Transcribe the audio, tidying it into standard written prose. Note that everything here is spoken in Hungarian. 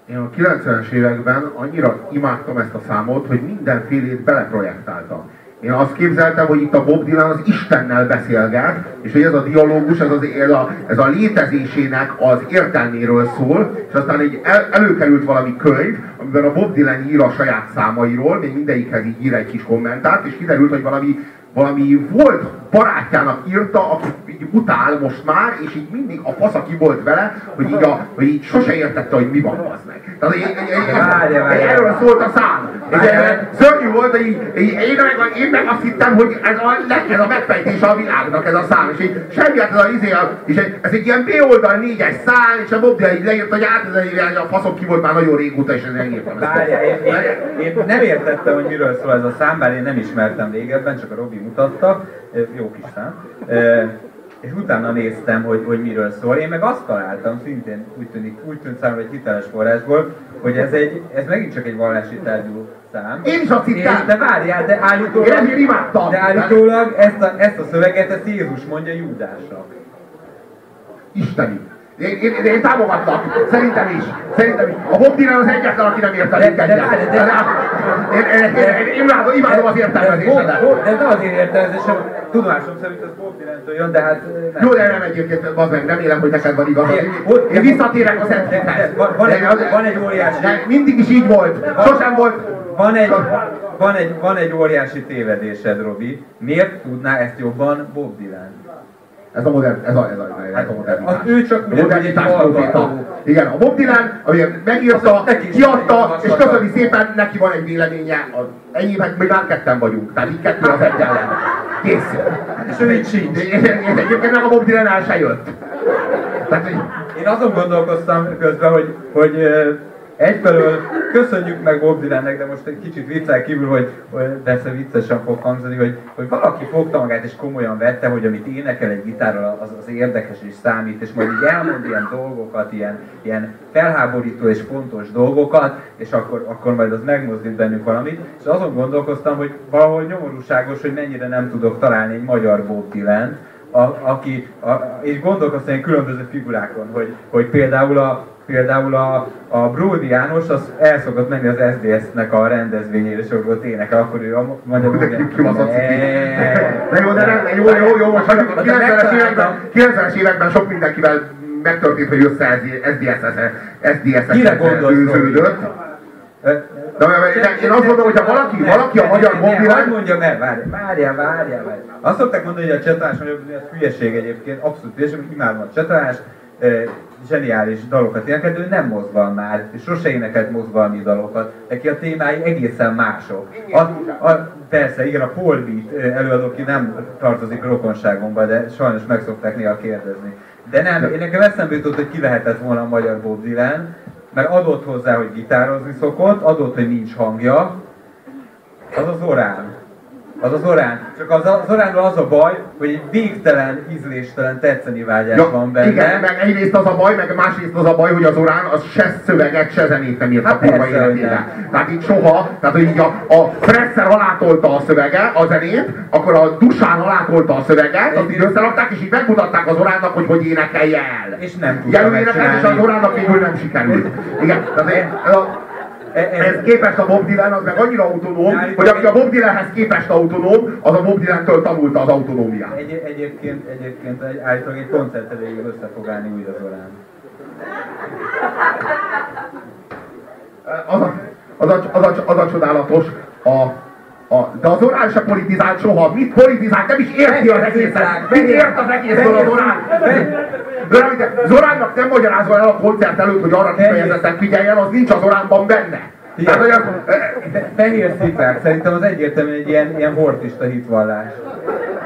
Én a 90-es években annyira imádtam ezt a számot, hogy mindenfélét beleprojektáltam. Én azt képzeltem, hogy itt a Bob Dylan az Istennel beszélget, és hogy ez a dialógus, ez a létezésének az értelméről szól, és aztán előkerült valami könyv, amiben a Bob Dylan ír a saját számairól, még mindegyikhez így ír egy kis kommentárt, és kiderült, hogy valami volt barátjának írta, akit így utál most már, és így mindig a fasza ki volt vele, hogy így sose értette, hogy mi van az meg. Tehát erről szólt a szám. Szörnyű volt, hogy én meg azt hittem, hogy ez a megfejtés a világnak ez a szám, és így semmi ez és ez egy ilyen B-oldal 4-es szám, és a Bob Dylan így leírt, hogy a faszom ki volt már nagyon régóta, és ezért írtam. Én nem értettem, hogy miről szól ez a szám, bár én nem ismertem régebben, csak a Robi mutatta, jó kis szám. És utána néztem, hogy miről szól. Én meg azt találtam, szintén úgy tűnt számomra egy hiteles forrásból, hogy ez megint csak egy vallási tárgyú szám. Én is azt hittem! De várjál, de állítólag ezt a szöveget Jézus mondja Júdásnak. Isteni! Én támogatlak, szerintem is. A Bob Dylan az egyetlen, aki nem értelik egyet. Én imádom az értelmezésedet. De nem azért értelmezésem, tudomásom szerint az Bob Dylan-től jön, de hát... Jó, de nem egyébként, bazd meg, remélem, hogy neked van igaz. Én visszatérek a Szentíráshoz. Van egy óriási... Mindig is így volt, sosem volt... Van egy óriási tévedésed, Robi. Miért tudná ezt jobban Bob Dylan? Ez a modernitás. Ő csak modernitás proféta. Igen, a Bob Dylan, ami megírta, kiadta, és köszöni szépen, neki van egy véleménye. Enyémek még már ketten vagyunk, tehát így kettő az egy ellen. Kész. És ő így sincs. Egyébként meg a Bob Dylan el se jött. Én azon gondolkoztam közben, hogy egyfelől köszönjük meg Bob Dylannek, de most egy kicsit viccel kívül, hogy persze viccesen fog hangzani, hogy valaki fogta magát és komolyan vette, hogy amit énekel egy gitárral, az érdekes és számít, és majd így elmond ilyen dolgokat, ilyen felháborító és fontos dolgokat, és akkor majd az megmozdít bennünk valamit. És azon gondolkoztam, hogy valahol nyomorúságos, hogy mennyire nem tudok találni egy magyar Bob Dylant, és gondolkoztam ilyen különböző figurákon, hogy például a Bródi János az el szokott menni az SZDSZ-nek a rendezvényére, és ott énekel, akkor ő a magyar... De jó, most hagyjuk a 90-es években sok mindenkivel megtörtént, hogy össze SZDSZ-et főződött. De én azt mondom, hogy ha valaki a magyar Bob Dylan... Hogy mondjam el, várjál. Azt szokták mondani, hogy a csetalás magyar hülyeség egyébként, abszolút hülyeség, imádom a csetalás, zseniális dalokat énekel, de ő nem mozgal már, és sose énekelt mozgalmi dalokat. Neki a témái egészen mások. Persze, igen, a Paul Beat előadó, aki nem tartozik rokonságomba, de sajnos meg szokták néha kérdezni. De nem, én nekem eszembe jutott, hogy ki lehetett volna a magyar Bob Dylan, mert adott hozzá, hogy gitározni szokott, adott, hogy nincs hangja, az Orán. Csak az Oránról az a baj, hogy egy végtelen, ízléstelen tetszeni vágyás van benne. Igen, meg egyrészt az a baj, meg másrészt az a baj, hogy az Orán az se szöveget, se zenét nem írt a kurva életére. Tehát így soha, tehát hogy így a Presser alátolta a szövege, a zenét, akkor a Dusán alátolta a szöveget, azt így összerakták, és így megmutatták az Oránnak, hogy énekelje el. És nem tudta megcsinálni. És az Oránnak végül nem sikerült. Igen, ez képest a Bob Dylan az meg annyira autonóm, hogy aki a Bob Dylanhez képest autonóm, az a Bob Dylan-től tanulta az autonómiát. Egyébként állítólag egy koncert elejéig össze fog állni újra Zorán. Az a csodálatos, de az Orán se politizált soha. Mit politizált? Nem is érti az egészet. Mit ért az egészből az Orán? Zoránnak nem magyarázol el a koncert előtt, hogy arra kifejezetten figyeljen, az nincs az Oránban benne. Fehér szikák, szerintem az egyértelműen egy ilyen hortista hitvallás.